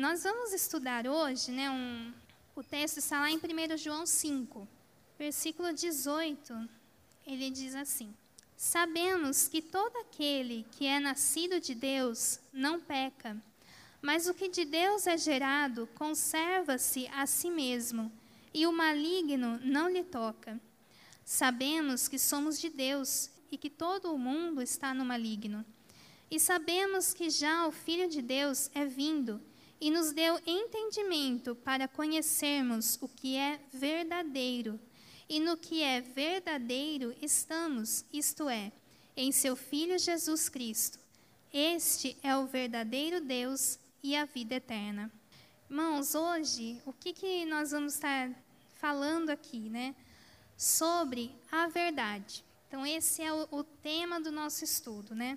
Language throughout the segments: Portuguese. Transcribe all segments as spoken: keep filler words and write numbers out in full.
nós vamos estudar hoje, né, um, o texto está lá em primeiro João cinco, versículo dezoito, ele diz assim: sabemos que todo aquele que é nascido de Deus não peca, mas o que de Deus é gerado conserva-se a si mesmo, e o maligno não lhe toca. Sabemos que somos de Deus e que todo o mundo está no maligno. E sabemos que já o Filho de Deus é vindo e nos deu entendimento para conhecermos o que é verdadeiro. E no que é verdadeiro estamos, isto é, em seu Filho Jesus Cristo. Este é o verdadeiro Deus e a vida eterna. Irmãos, hoje, o que, que nós vamos estar falando aqui, né? Sobre a verdade. Então, esse é o, o tema do nosso estudo, né?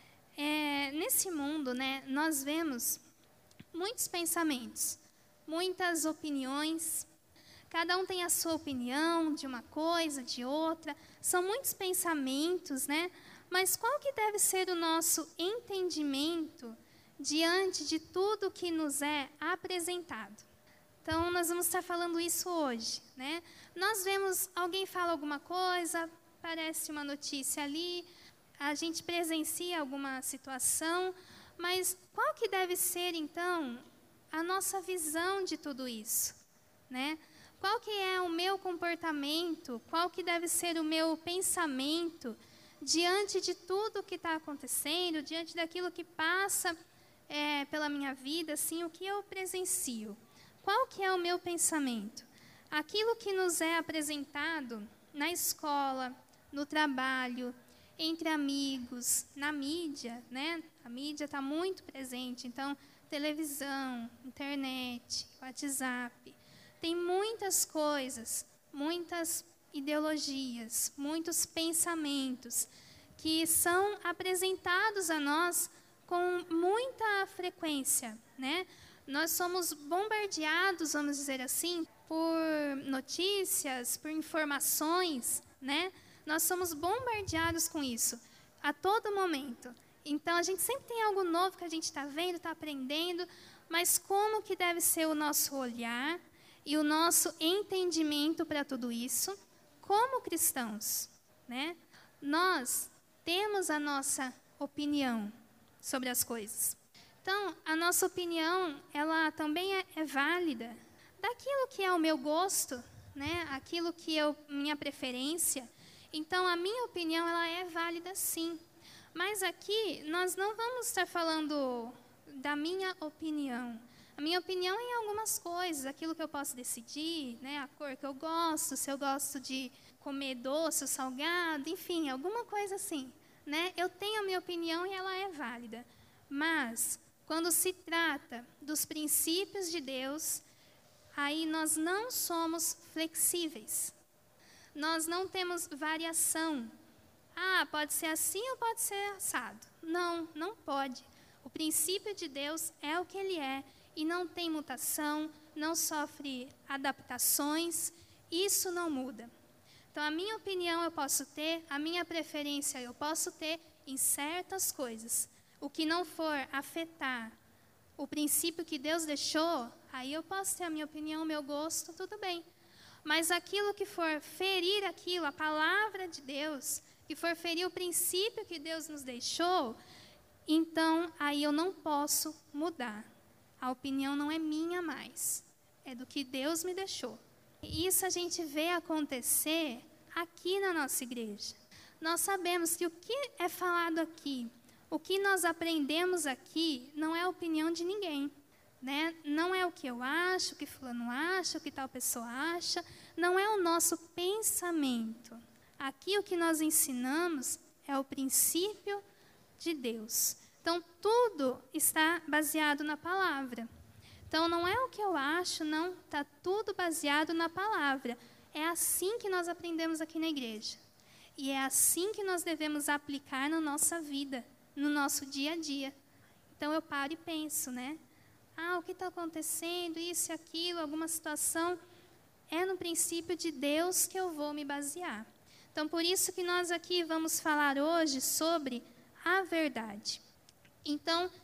É, nesse mundo, né, nós vemos muitos pensamentos, muitas opiniões. Cada um tem a sua opinião de uma coisa, de outra. São muitos pensamentos, né? Mas qual que deve ser o nosso entendimento diante de tudo que nos é apresentado? Então, nós vamos estar falando isso hoje, né? Nós vemos alguém fala alguma coisa, parece uma notícia ali, a gente presencia alguma situação, mas qual que deve ser, então, a nossa visão de tudo isso, né? Qual que é o meu comportamento, qual que deve ser o meu pensamento diante de tudo que está acontecendo, diante daquilo que passa é, pela minha vida, assim, o que eu presencio? Qual que é o meu pensamento? Aquilo que nos é apresentado na escola, no trabalho, entre amigos, na mídia, né? A mídia está muito presente, então, televisão, internet, WhatsApp, tem muitas coisas, muitas ideologias, muitos pensamentos que são apresentados a nós com muita frequência, né? Nós somos bombardeados, vamos dizer assim, por notícias, por informações, né? Nós somos bombardeados com isso a todo momento. Então, a gente sempre tem algo novo que a gente está vendo, está aprendendo, mas como que deve ser o nosso olhar e o nosso entendimento para tudo isso como cristãos, né? Nós temos a nossa opinião sobre as coisas. Então, a nossa opinião, ela também é, é válida. Daquilo que é o meu gosto, né? Aquilo que é minha preferência. Então, a minha opinião, ela é válida sim. Mas aqui, nós não vamos estar falando da minha opinião. A minha opinião é em algumas coisas, aquilo que eu posso decidir, né? A cor que eu gosto, se eu gosto de comer doce ou salgado, enfim, alguma coisa assim, né? Eu tenho a minha opinião e ela é válida. Mas, quando se trata dos princípios de Deus, aí nós não somos flexíveis. Nós não temos variação. Ah, pode ser assim ou pode ser assado. Não, não pode. O princípio de Deus é o que ele é e não tem mutação, não sofre adaptações, isso não muda. Então, a minha opinião eu posso ter, a minha preferência eu posso ter em certas coisas. O que não for afetar o princípio que Deus deixou, aí eu posso ter a minha opinião, o meu gosto, tudo bem. Mas aquilo que for ferir aquilo, a palavra de Deus, que for ferir o princípio que Deus nos deixou, então aí eu não posso mudar. A opinião não é minha mais, é do que Deus me deixou. E isso a gente vê acontecer aqui na nossa igreja. Nós sabemos que o que é falado aqui, o que nós aprendemos aqui, não é a opinião de ninguém. Né? Não é o que eu acho, o que fulano acha, o que tal pessoa acha, não é o nosso pensamento. Aqui o que nós ensinamos é o princípio de Deus. Então, tudo está baseado na palavra. Então, não é o que eu acho, não, está tudo baseado na palavra. É assim que nós aprendemos aqui na igreja. E é assim que nós devemos aplicar na nossa vida, no nosso dia a dia. Então, eu paro e penso, né? Ah, o que está acontecendo, isso e aquilo, alguma situação, é no princípio de Deus que eu vou me basear. Então, por isso que nós aqui vamos falar hoje sobre a verdade. Então,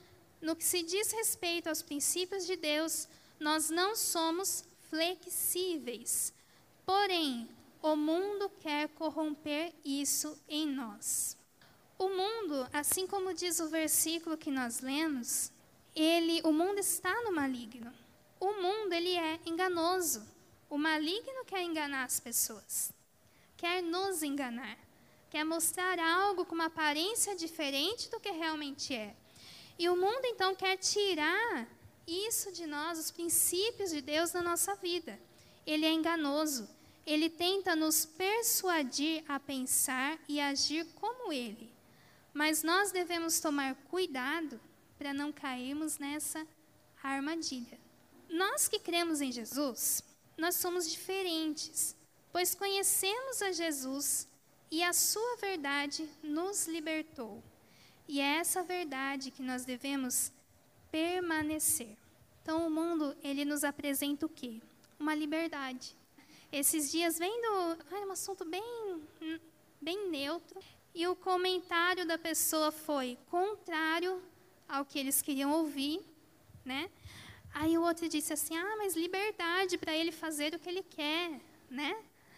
No que se diz respeito aos princípios de Deus, nós não somos flexíveis. Porém, o mundo quer corromper isso em nós. O mundo, assim como diz o versículo que nós lemos, ele, o mundo está no maligno. O mundo, ele é enganoso. O maligno quer enganar as pessoas, quer nos enganar, quer mostrar algo com uma aparência diferente do que realmente é. E o mundo, então, quer tirar isso de nós, os princípios de Deus na nossa vida. Ele é enganoso. Ele tenta nos persuadir a pensar e agir como ele. Mas nós devemos tomar cuidado para não cairmos nessa armadilha. Nós que cremos em Jesus, nós somos diferentes, pois conhecemos a Jesus e a sua verdade nos libertou. E é essa verdade que nós devemos permanecer. Então, o mundo, ele nos apresenta o quê? Uma liberdade. Esses dias, vendo ah, um assunto bem, bem neutro, e o comentário da pessoa foi contrário ao que eles queriam ouvir, né? Aí o outro disse assim, ah, mas liberdade para ele fazer o que ele quer, né?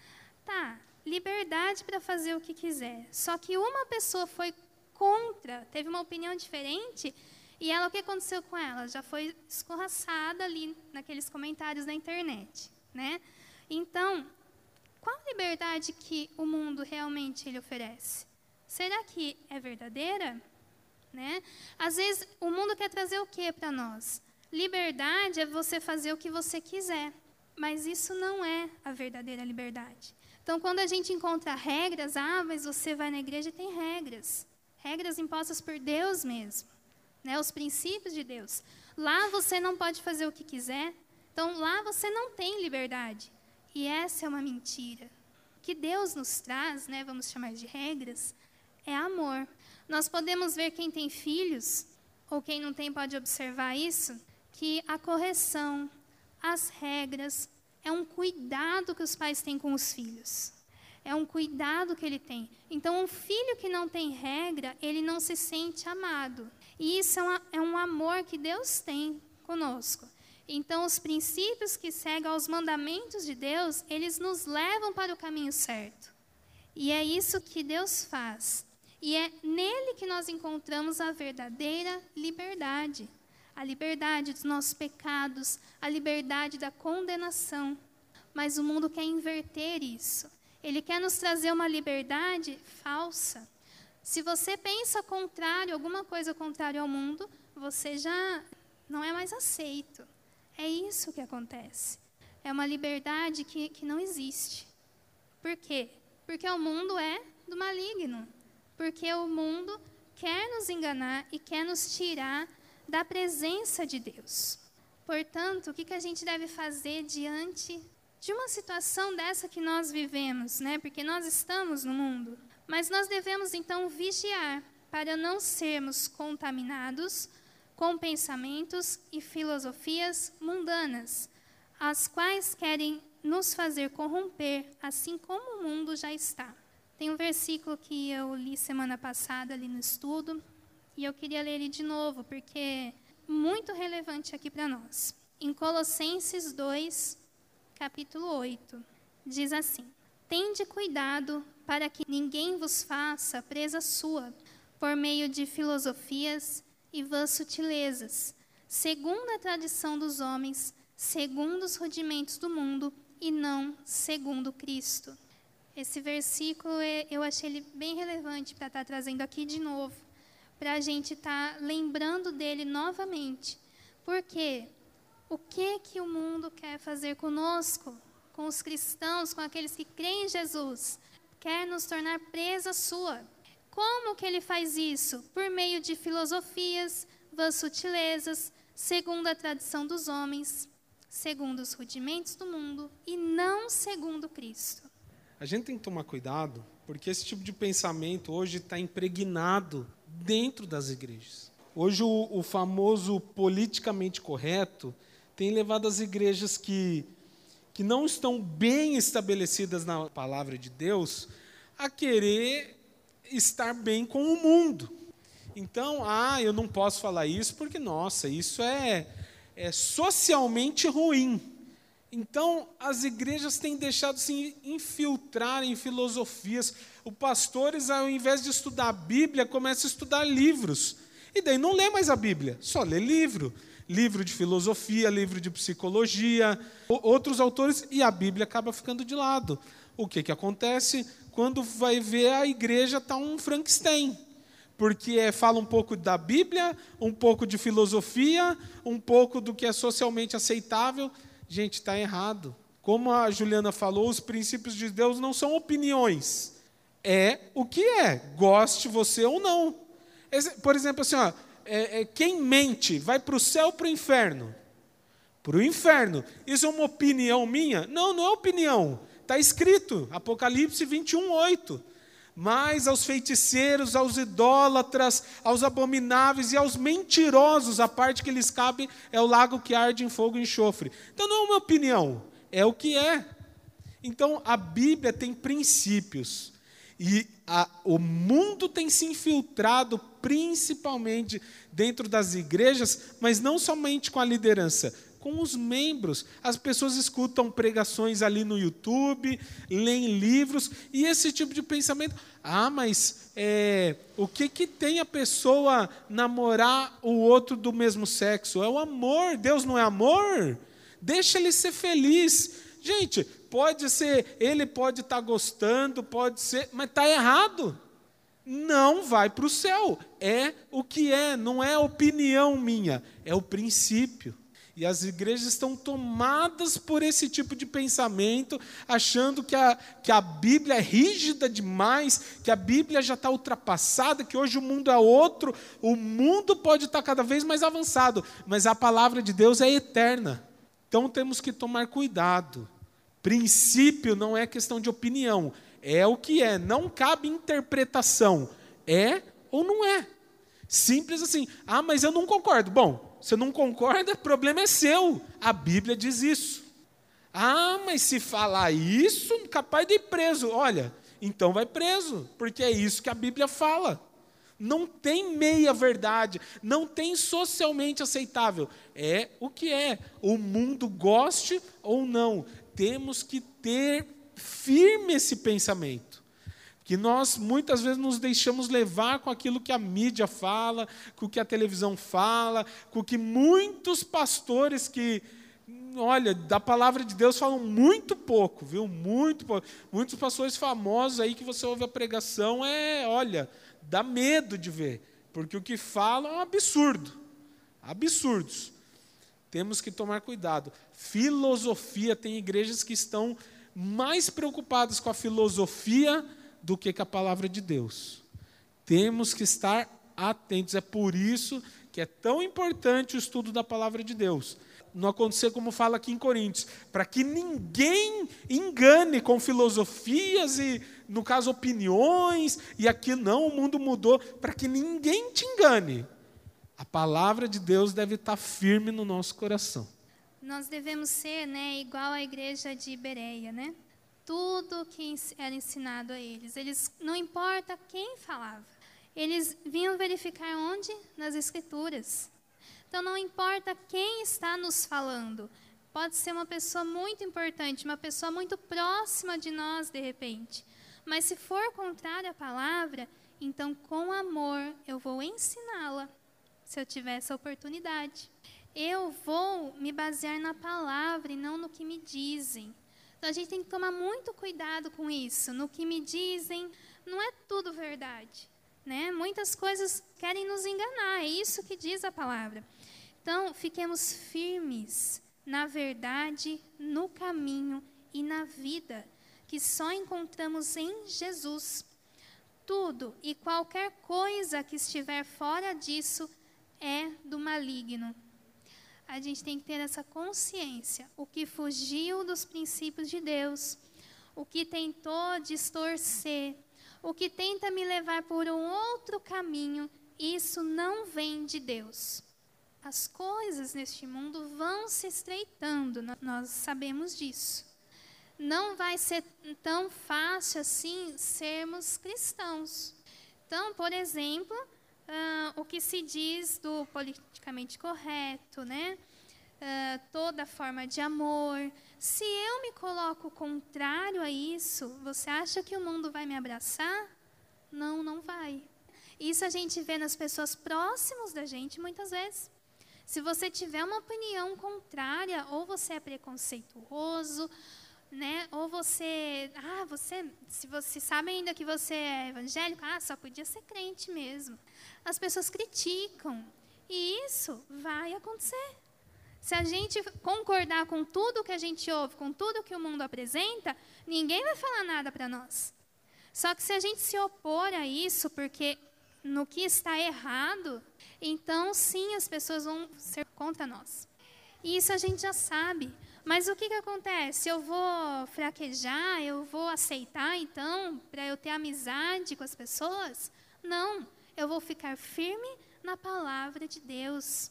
Tá, liberdade para fazer o que quiser. Só que uma pessoa foi contra, teve uma opinião diferente, e ela, o que aconteceu com ela? Já foi escorraçada ali naqueles comentários da internet, né? Então, qual a liberdade que o mundo realmente ele oferece? Será que é verdadeira? Né? Às vezes, o mundo quer trazer o que para nós? Liberdade é você fazer o que você quiser, mas isso não é a verdadeira liberdade. Então, quando a gente encontra regras, ah, mas você vai na igreja e tem regras. Regras impostas por Deus mesmo, né? Os princípios de Deus. Lá você não pode fazer o que quiser, então lá você não tem liberdade. E essa é uma mentira. O que Deus nos traz, né, vamos chamar de regras, é amor. Nós podemos ver quem tem filhos, ou quem não tem pode observar isso, que a correção, as regras, é um cuidado que os pais têm com os filhos. É um cuidado que ele tem. Então, um filho que não tem regra, ele não se sente amado. E isso é, uma, é um amor que Deus tem conosco. Então, os princípios que seguem aos mandamentos de Deus, eles nos levam para o caminho certo. E é isso que Deus faz. E é nele que nós encontramos a verdadeira liberdade. A liberdade dos nossos pecados, a liberdade da condenação. Mas o mundo quer inverter isso. Ele quer nos trazer uma liberdade falsa. Se você pensa contrário, alguma coisa contrária ao mundo, você já não é mais aceito. É isso que acontece. É uma liberdade que, que não existe. Por quê? Porque o mundo é do maligno. Porque o mundo quer nos enganar e quer nos tirar da presença de Deus. Portanto, o que, que a gente deve fazer diante de uma situação dessa que nós vivemos, né? Porque nós estamos no mundo. Mas nós devemos, então, vigiar para não sermos contaminados com pensamentos e filosofias mundanas, as quais querem nos fazer corromper, assim como o mundo já está. Tem um versículo que eu li semana passada ali no estudo, e eu queria ler ele de novo, porque é muito relevante aqui para nós. Em Colossenses dois, capítulo oito, diz assim: tende cuidado para que ninguém vos faça presa sua, por meio de filosofias e vãs sutilezas, segundo a tradição dos homens, segundo os rudimentos do mundo, e não segundo Cristo. Esse versículo, eu achei ele bem relevante para estar trazendo aqui de novo, para a gente estar lembrando dele novamente. Porque o que, que o mundo quer fazer conosco, com os cristãos, com aqueles que creem em Jesus? Quer nos tornar presa sua. Como que ele faz isso? Por meio de filosofias, vãs sutilezas, segundo a tradição dos homens, segundo os rudimentos do mundo, e não segundo Cristo. A gente tem que tomar cuidado, porque esse tipo de pensamento hoje está impregnado dentro das igrejas. Hoje o, o famoso politicamente correto tem levado as igrejas que, que não estão bem estabelecidas na palavra de Deus a querer estar bem com o mundo. Então, ah, eu não posso falar isso porque, nossa, isso é, é socialmente ruim. Então, as igrejas têm deixado se infiltrar em filosofias. Os pastores, ao invés de estudar a Bíblia, começam a estudar livros. E daí não lê mais a Bíblia, só lê livro. Livro de filosofia, livro de psicologia, outros autores, e a Bíblia acaba ficando de lado. O que, que acontece? Quando vai ver, a igreja está um Frankenstein. Porque é, fala um pouco da Bíblia, um pouco de filosofia, um pouco do que é socialmente aceitável. Gente, está errado. Como a Juliana falou, os princípios de Deus não são opiniões. É o que é, goste você ou não. Por exemplo, assim, ó, é, é, quem mente vai para o céu ou para o inferno? Para o inferno. Isso é uma opinião minha? Não, não é opinião. Está escrito, Apocalipse vinte e um, oito. Mas aos feiticeiros, aos idólatras, aos abomináveis e aos mentirosos, a parte que lhes cabe é o lago que arde em fogo e enxofre. Então não é uma opinião, é o que é. Então a Bíblia tem princípios. E a, o mundo tem se infiltrado principalmente dentro das igrejas, mas não somente com a liderança, com os membros. As pessoas escutam pregações ali no YouTube, leem livros, e esse tipo de pensamento. Ah, mas é, o que, que tem a pessoa namorar o outro do mesmo sexo? É o amor. Deus não é amor? Deixa ele ser feliz. Gente, pode ser, ele pode estar gostando, pode ser, mas está errado. Não vai para o céu. É o que é, não é opinião minha, é o princípio. E as igrejas estão tomadas por esse tipo de pensamento, achando que a, que a Bíblia é rígida demais, que a Bíblia já está ultrapassada, que hoje o mundo é outro, o mundo pode estar cada vez mais avançado, mas a palavra de Deus é eterna. Então temos que tomar cuidado. Princípio não é questão de opinião, é o que é, não cabe interpretação, é ou não é. Simples assim. Ah, mas eu não concordo. Bom, você não concorda, o problema é seu. A Bíblia diz isso. Ah, mas se falar isso, capaz de ir preso. Olha, então vai preso, porque é isso que a Bíblia fala. Não tem meia verdade, não tem socialmente aceitável. É o que é. O mundo goste ou não. Temos que ter firme esse pensamento. Que nós muitas vezes nos deixamos levar com aquilo que a mídia fala, com o que a televisão fala, com o que muitos pastores que, olha, da palavra de Deus falam muito pouco, viu? Muito pouco. Muitos pastores famosos aí que você ouve a pregação, é, olha, dá medo de ver, porque o que falam é um absurdo. Absurdos. Temos que tomar cuidado. Filosofia, tem igrejas que estão mais preocupadas com a filosofia do que com a palavra de Deus. Temos que estar atentos. É por isso que é tão importante o estudo da palavra de Deus. Não acontecer como fala aqui em Coríntios, para que ninguém engane com filosofias e, no caso, opiniões, e aqui não, o mundo mudou, para que ninguém te engane. A palavra de Deus deve estar firme no nosso coração. Nós devemos ser, né, igual à igreja de Bereia, né? Tudo que era ensinado a eles. Eles, não importa quem falava, eles vinham verificar onde? Nas Escrituras. Então, não importa quem está nos falando. Pode ser uma pessoa muito importante, uma pessoa muito próxima de nós, de repente. Mas se for contrário à palavra, então, com amor, eu vou ensiná-la, se eu tiver essa oportunidade. Eu vou me basear na palavra e não no que me dizem. Então, a gente tem que tomar muito cuidado com isso. No que me dizem, não é tudo verdade, né? Muitas coisas querem nos enganar, é isso que diz a palavra. Então, fiquemos firmes na verdade, no caminho e na vida, que só encontramos em Jesus. Tudo e qualquer coisa que estiver fora disso é do maligno. A gente tem que ter essa consciência. O que fugiu dos princípios de Deus, o que tentou distorcer, o que tenta me levar por um outro caminho, isso não vem de Deus. As coisas neste mundo vão se estreitando, nós sabemos disso. Não vai ser tão fácil assim sermos cristãos. Então, por exemplo, ah, o que se diz do politicamente correto, né? Ah, toda forma de amor. Se eu me coloco contrário a isso, você acha que o mundo vai me abraçar? Não, não vai. Isso a gente vê nas pessoas próximas da gente muitas vezes. Se você tiver uma opinião contrária, ou você é preconceituoso, né? Ou você, ah, você, se você sabe ainda que você é evangélico, ah, só podia ser crente mesmo. As pessoas criticam, e isso vai acontecer. Se a gente concordar com tudo que a gente ouve, com tudo que o mundo apresenta, ninguém vai falar nada para nós. Só que se a gente se opor a isso, porque no que está errado, então sim, as pessoas vão ser contra nós. E isso a gente já sabe. Mas o que, que acontece? Eu vou fraquejar, eu vou aceitar, então, para eu ter amizade com as pessoas? Não, eu vou ficar firme na palavra de Deus.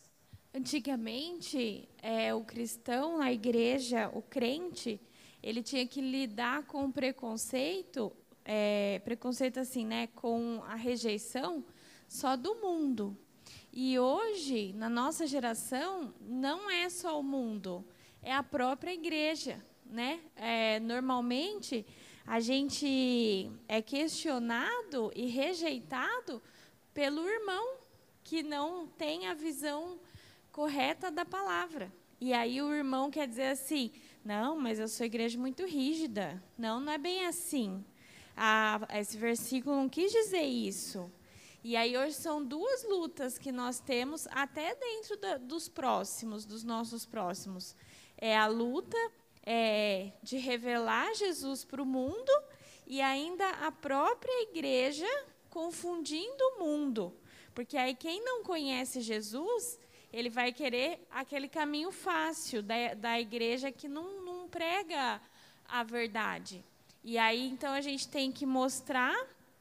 Antigamente, é, o cristão na igreja, o crente, ele tinha que lidar com o preconceito, é, preconceito assim, né, com a rejeição só do mundo. E hoje, na nossa geração, não é só o mundo, é a própria igreja, né? É, normalmente, a gente é questionado e rejeitado pelo irmão que não tem a visão correta da palavra. E aí o irmão quer dizer assim, não, mas eu sou igreja muito rígida. Não, não é bem assim. Ah, esse versículo não quis dizer isso. E aí hoje são duas lutas que nós temos até dentro da, dos próximos, dos nossos próximos. É a luta é, de revelar Jesus para o mundo e ainda a própria igreja confundindo o mundo. Porque aí quem não conhece Jesus, ele vai querer aquele caminho fácil da, da igreja que não, não prega a verdade. E aí, então, a gente tem que mostrar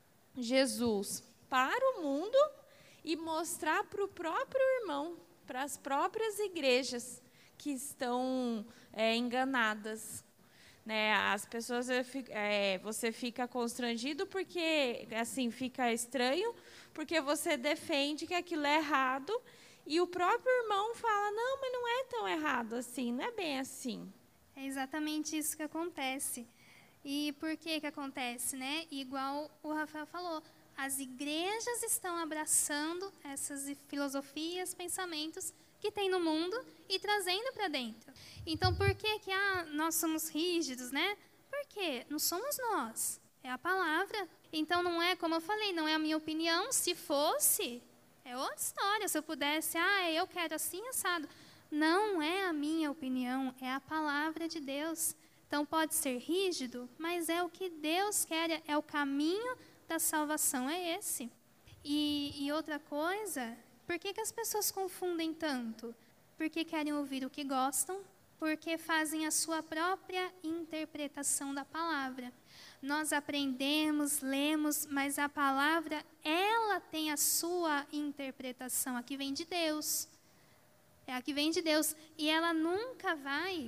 Jesus para o mundo e mostrar para o próprio irmão, para as próprias igrejas que estão é, enganadas. Né? As pessoas, é, você fica constrangido porque, assim, fica estranho, porque você defende que aquilo é errado e o próprio irmão fala, não, mas não é tão errado assim, não é bem assim. É exatamente isso que acontece. E por que que acontece, né? Igual o Rafael falou, as igrejas estão abraçando essas filosofias, pensamentos que tem no mundo e trazendo para dentro. Então, por que que ah, nós somos rígidos, né? Porque não somos nós, é a palavra. Então, não é, como eu falei, não é a minha opinião. Se fosse, é outra história. Se eu pudesse, ah, eu quero assim, assado. Não é a minha opinião, é a palavra de Deus. Então, pode ser rígido, mas é o que Deus quer, é o caminho da salvação, é esse. E, e outra coisa, por que que as pessoas confundem tanto? Porque querem ouvir o que gostam, porque fazem a sua própria interpretação da palavra. Nós aprendemos, lemos, mas a palavra, ela tem a sua interpretação, a que vem de Deus. É a que vem de Deus. E ela nunca vai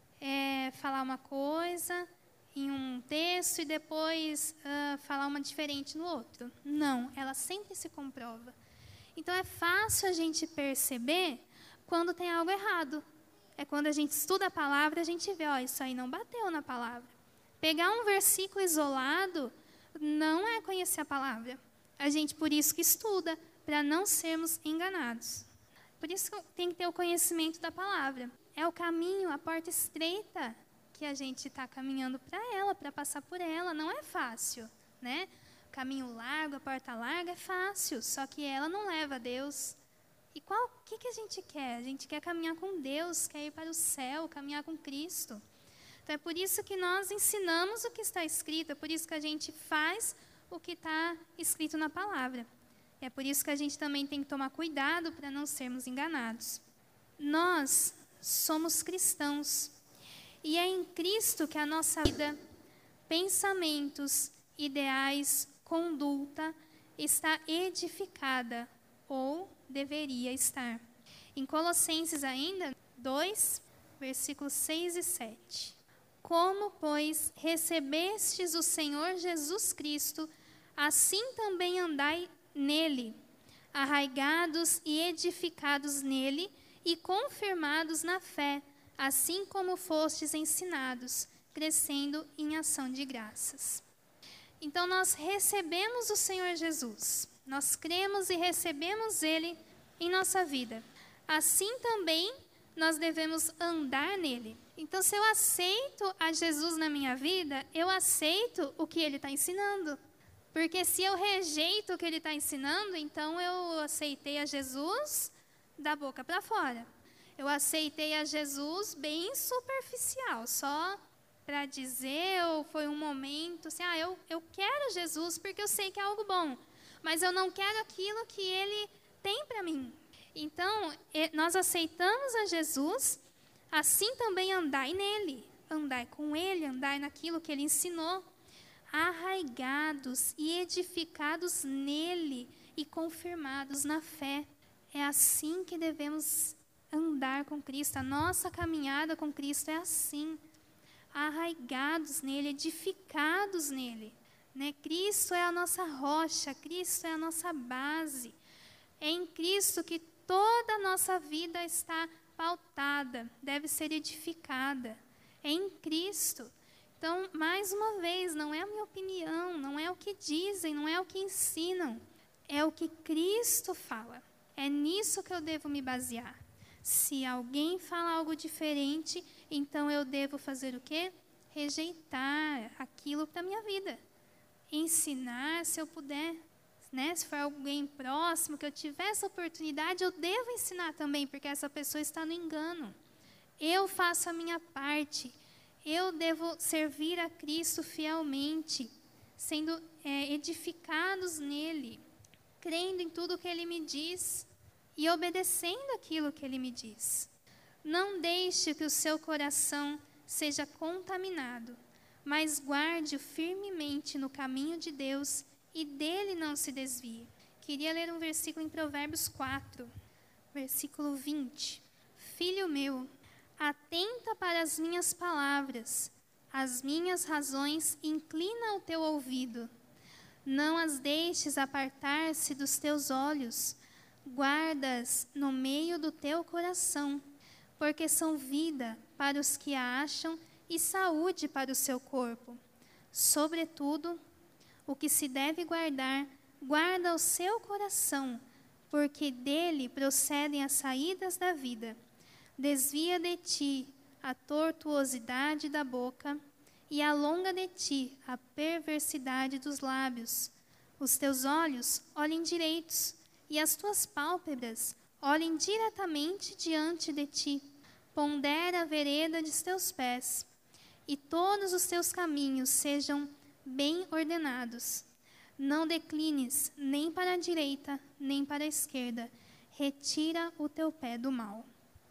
é, falar uma coisa em um texto e depois uh, falar uma diferente no outro. Não, ela sempre se comprova. Então, é fácil a gente perceber quando tem algo errado. É quando a gente estuda a palavra, a gente vê, ó, isso aí não bateu na palavra. Pegar um versículo isolado não é conhecer a palavra. A gente, por isso que estuda, para não sermos enganados. Por isso que tem que ter o conhecimento da palavra. É o caminho, a porta estreita que a gente está caminhando para ela, para passar por ela. Não é fácil, né? O caminho largo, a porta larga é fácil, só que ela não leva a Deus. E qual, o que, que a gente quer? A gente quer caminhar com Deus, quer ir para o céu, caminhar com Cristo. Então, é por isso que nós ensinamos o que está escrito, é por isso que a gente faz o que está escrito na palavra. É por isso que a gente também tem que tomar cuidado para não sermos enganados. Nós somos cristãos. E é em Cristo que a nossa vida, pensamentos, ideais, conduta está edificada, ou deveria estar. Em Colossenses ainda, dois, versículos seis e sete. Como, pois, recebestes o Senhor Jesus Cristo, assim também andai nele, arraigados e edificados nele e confirmados na fé, assim como fostes ensinados, crescendo em ação de graças. Então nós recebemos o Senhor Jesus, nós cremos e recebemos Ele em nossa vida. Assim também nós devemos andar nele. Então, se eu aceito a Jesus na minha vida, eu aceito o que Ele está ensinando. Porque se eu rejeito o que Ele está ensinando, então eu aceitei a Jesus da boca para fora. Eu aceitei a Jesus bem superficial, só para dizer, ou foi um momento assim, ah, eu, eu quero Jesus porque eu sei que é algo bom, mas eu não quero aquilo que Ele tem para mim. Então, nós aceitamos a Jesus, assim também andai nele, andai com Ele, andai naquilo que Ele ensinou, arraigados e edificados nele e confirmados na fé. É assim que devemos andar com Cristo, a nossa caminhada com Cristo é assim, arraigados nele, edificados nele. Né? Cristo é a nossa rocha, Cristo é a nossa base, é em Cristo que toda a nossa vida está pautada, deve ser edificada. É em Cristo. Então, mais uma vez, não é a minha opinião, não é o que dizem, não é o que ensinam. É o que Cristo fala. É nisso que eu devo me basear. Se alguém fala algo diferente, então eu devo fazer o quê? Rejeitar aquilo para a minha vida. Ensinar, se eu puder. Né? Se for alguém próximo, que eu tiver essa oportunidade, eu devo ensinar também, porque essa pessoa está no engano. Eu faço a minha parte. Eu devo servir a Cristo fielmente, sendo é, edificados nele, crendo em tudo que Ele me diz e obedecendo aquilo que Ele me diz. Não deixe que o seu coração seja contaminado, mas guarde-o firmemente no caminho de Deus e dele não se desvie. Queria ler um versículo em Provérbios quatro, versículo vinte. Filho meu, atenta para as minhas palavras, as minhas razões inclina o teu ouvido. Não as deixes apartar-se dos teus olhos, guarda-as no meio do teu coração, porque são vida para os que a acham e saúde para o seu corpo. Sobretudo, o que se deve guardar, guarda o seu coração, porque dele procedem as saídas da vida. Desvia de ti a tortuosidade da boca e alonga de ti a perversidade dos lábios. Os teus olhos olhem direitos e as tuas pálpebras olhem diretamente diante de ti. Pondera a vereda de teus pés e todos os teus caminhos sejam bem ordenados. Não declines nem para a direita, nem para a esquerda. Retira o teu pé do mal.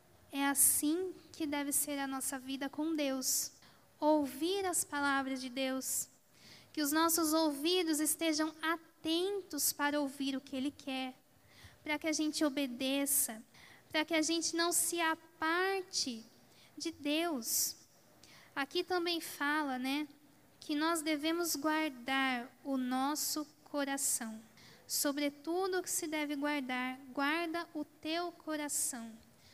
É assim que deve ser a nossa vida com Deus. Ouvir as palavras de Deus. Que os nossos ouvidos estejam atentos para ouvir o que Ele quer. Para que a gente obedeça. Para que a gente não se aparte de Deus. Aqui também fala, né? Que nós devemos guardar o nosso coração. Sobretudo o que se deve guardar, guarda o teu coração.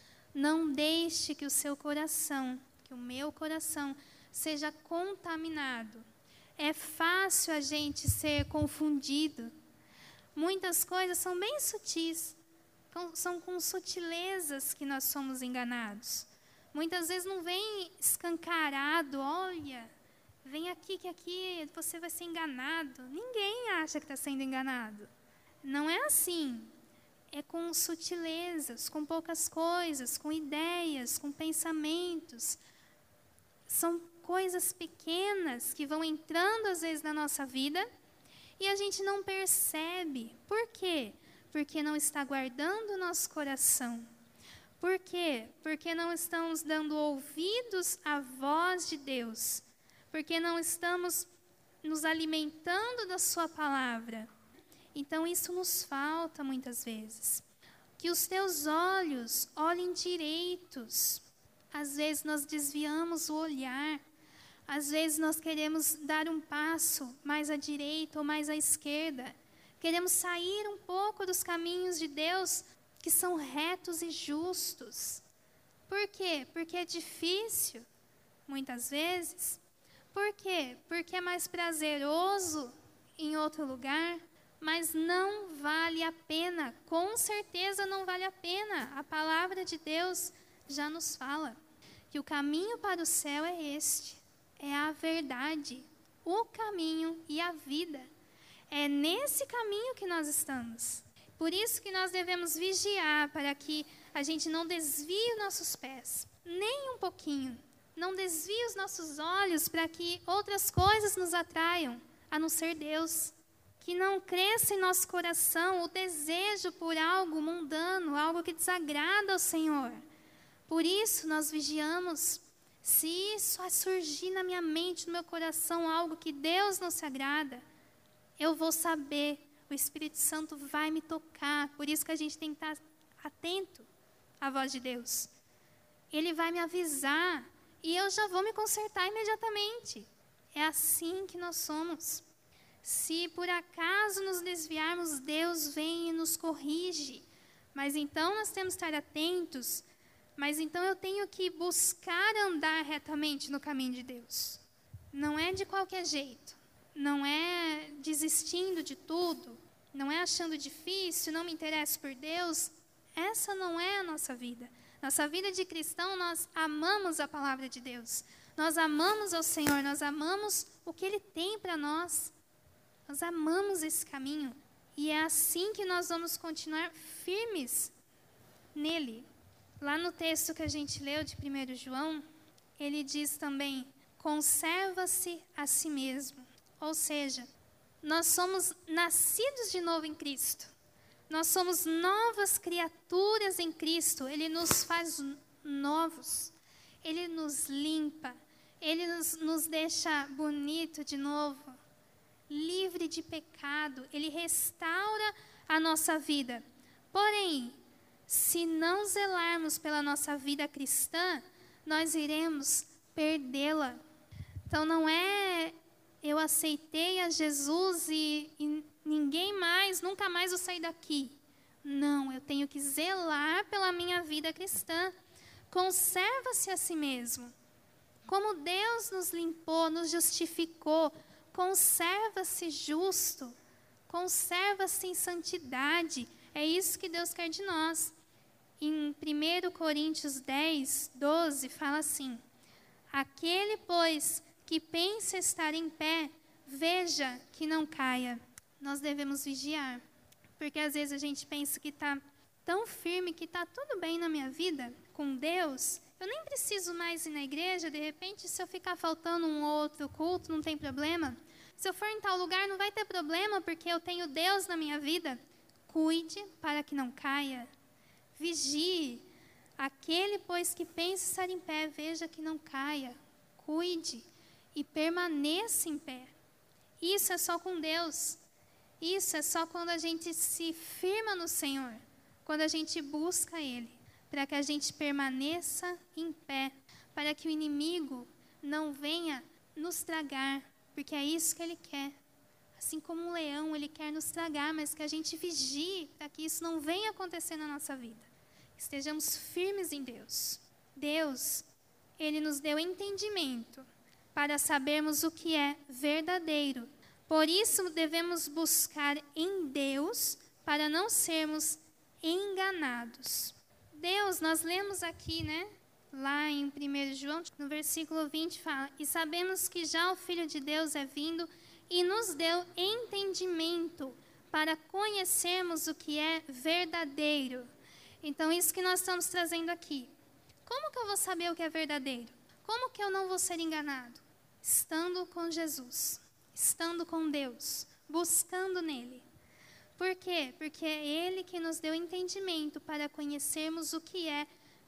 Não deixe que o seu coração, que o meu coração, seja contaminado. É fácil a gente ser confundido. Muitas coisas são bem sutis. São com sutilezas que nós somos enganados. Muitas vezes não vem escancarado, olha... Vem aqui, que aqui você vai ser enganado. Ninguém acha que está sendo enganado. Não é assim. É com sutilezas, com poucas coisas, com ideias, com pensamentos. São coisas pequenas que vão entrando às vezes na nossa vida e a gente não percebe. Por quê? Porque não está guardando o nosso coração. Por quê? Porque não estamos dando ouvidos à voz de Deus. Porque não estamos nos alimentando da sua palavra. Então, isso nos falta muitas vezes. Que os teus olhos olhem direitos. Às vezes nós desviamos o olhar. Às vezes nós queremos dar um passo mais à direita ou mais à esquerda. Queremos sair um pouco dos caminhos de Deus que são retos e justos. Por quê? Porque é difícil, muitas vezes. Por quê? Porque é mais prazeroso em outro lugar, mas não vale a pena. Com certeza não vale a pena. A palavra de Deus já nos fala que o caminho para o céu é este, é a verdade, o caminho e a vida. É nesse caminho que nós estamos. Por isso que nós devemos vigiar para que a gente não desvie os nossos pés, nem um pouquinho. Não desvie os nossos olhos para que outras coisas nos atraiam, a não ser Deus. Que não cresça em nosso coração o desejo por algo mundano, algo que desagrada ao Senhor. Por isso nós vigiamos. Se isso surgir na minha mente, no meu coração, algo que Deus não se agrada, eu vou saber, o Espírito Santo vai me tocar. Por isso que a gente tem que estar atento à voz de Deus. Ele vai me avisar e eu já vou me consertar imediatamente. É assim que nós somos. Se por acaso nos desviarmos, Deus vem e nos corrige. Mas então nós temos que estar atentos. Mas então eu tenho que buscar andar retamente no caminho de Deus. Não é de qualquer jeito. Não é desistindo de tudo. Não é achando difícil, não me interesso por Deus. Essa não é a nossa vida. Nossa vida de cristão, nós amamos a palavra de Deus. Nós amamos ao Senhor, nós amamos o que Ele tem para nós. Nós amamos esse caminho. E é assim que nós vamos continuar firmes nele. Lá no texto que a gente leu de primeiro João, ele diz também, conserva-se a si mesmo. Ou seja, nós somos nascidos de novo em Cristo. Nós somos novas criaturas em Cristo. Ele nos faz novos. Ele nos limpa. Ele nos, nos deixa bonito de novo. Livre de pecado. Ele restaura a nossa vida. Porém, se não zelarmos pela nossa vida cristã, nós iremos perdê-la. Então não é eu aceitei a Jesus e, e ninguém mais, nunca mais vou sair daqui. Não, eu tenho que zelar pela minha vida cristã. Conserva-se a si mesmo. Como Deus nos limpou, nos justificou, conserva-se justo, conserva-se em santidade. É isso que Deus quer de nós. Em primeiro Coríntios dez, doze, fala assim, aquele, pois, que pensa estar em pé, veja que não caia. Nós devemos vigiar, porque às vezes a gente pensa que está tão firme, que está tudo bem na minha vida, com Deus, eu nem preciso mais ir na igreja, de repente, se eu ficar faltando um outro culto, não tem problema. Se eu for em tal lugar, não vai ter problema, porque eu tenho Deus na minha vida. Cuide para que não caia. Vigie. Aquele, pois, que pensa estar em pé, veja que não caia. Cuide e permaneça em pé. Isso é só com Deus. Isso é só quando a gente se firma no Senhor. Quando a gente busca Ele. Para que a gente permaneça em pé. Para que o inimigo não venha nos tragar. Porque é isso que ele quer. Assim como um leão, ele quer nos tragar, mas que a gente vigie para que isso não venha acontecer na nossa vida. Estejamos firmes em Deus. Deus, Ele nos deu entendimento para sabermos o que é verdadeiro. Por isso, devemos buscar em Deus para não sermos enganados. Deus, nós lemos aqui, né? Lá em primeiro João, no versículo vinte, fala, e sabemos que já o Filho de Deus é vindo e nos deu entendimento para conhecermos o que é verdadeiro. Então, isso que nós estamos trazendo aqui. Como que eu vou saber o que é verdadeiro? Como que eu não vou ser enganado? Estando com Jesus, estando com Deus, buscando nele. Por quê? Porque é Ele que nos deu entendimento para conhecermos o que é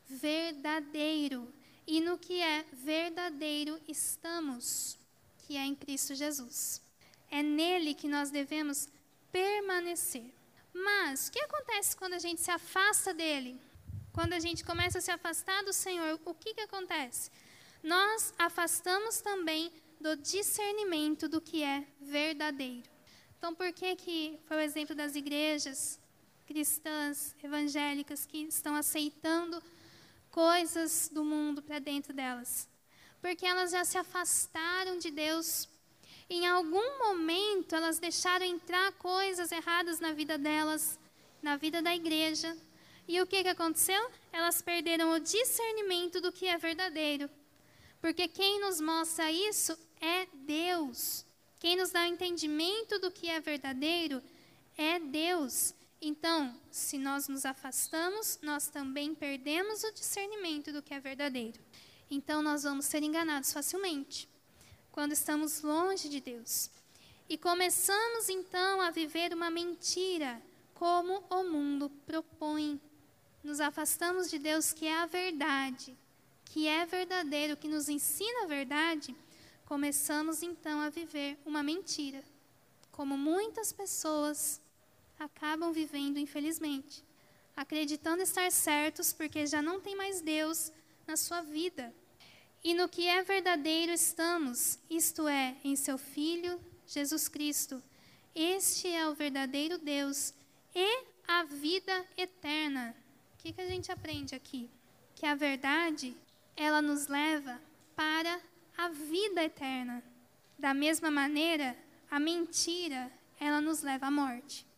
verdadeiro. E no que é verdadeiro estamos, que é em Cristo Jesus. É nele que nós devemos permanecer. Mas, o que acontece quando a gente se afasta dele? Quando a gente começa a se afastar do Senhor, o que, que acontece? Nós afastamos também do discernimento do que é verdadeiro. Então, por que que foi o exemplo das igrejas cristãs, evangélicas, que estão aceitando coisas do mundo para dentro delas? Porque elas já se afastaram de Deus. Em algum momento, elas deixaram entrar coisas erradas na vida delas, na vida da igreja. E o que que aconteceu? Elas perderam o discernimento do que é verdadeiro. Porque quem nos mostra isso é Deus. Quem nos dá o entendimento do que é verdadeiro é Deus. Então, se nós nos afastamos, nós também perdemos o discernimento do que é verdadeiro. Então, nós vamos ser enganados facilmente, quando estamos longe de Deus. E começamos, então, a viver uma mentira, como o mundo propõe. Nos afastamos de Deus, que é a verdade, que é verdadeiro, que nos ensina a verdade. Começamos, então, a viver uma mentira, como muitas pessoas acabam vivendo, infelizmente, acreditando estar certos porque já não tem mais Deus na sua vida. E no que é verdadeiro estamos, isto é, em seu Filho, Jesus Cristo. Este é o verdadeiro Deus e a vida eterna. O que que a gente aprende aqui? Que a verdade, ela nos leva para a vida eterna. Da mesma maneira, a mentira, ela nos leva à morte.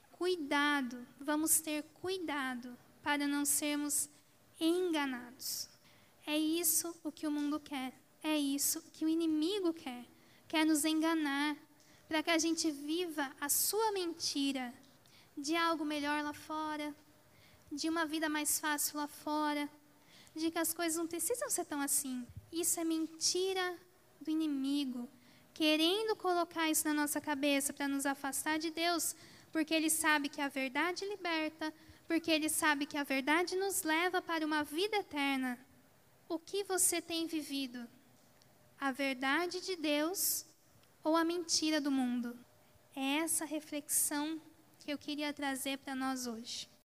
Cuidado, vamos ter cuidado para não sermos enganados. É isso o que o mundo quer, é isso que o inimigo quer. Quer nos enganar, para que a gente viva a sua mentira de algo melhor lá fora, de uma vida mais fácil lá fora, de que as coisas não precisam ser tão assim. Isso é mentira do inimigo, querendo colocar isso na nossa cabeça para nos afastar de Deus, porque ele sabe que a verdade liberta, porque ele sabe que a verdade nos leva para uma vida eterna. O que você tem vivido? A verdade de Deus ou a mentira do mundo? É essa reflexão que eu queria trazer para nós hoje.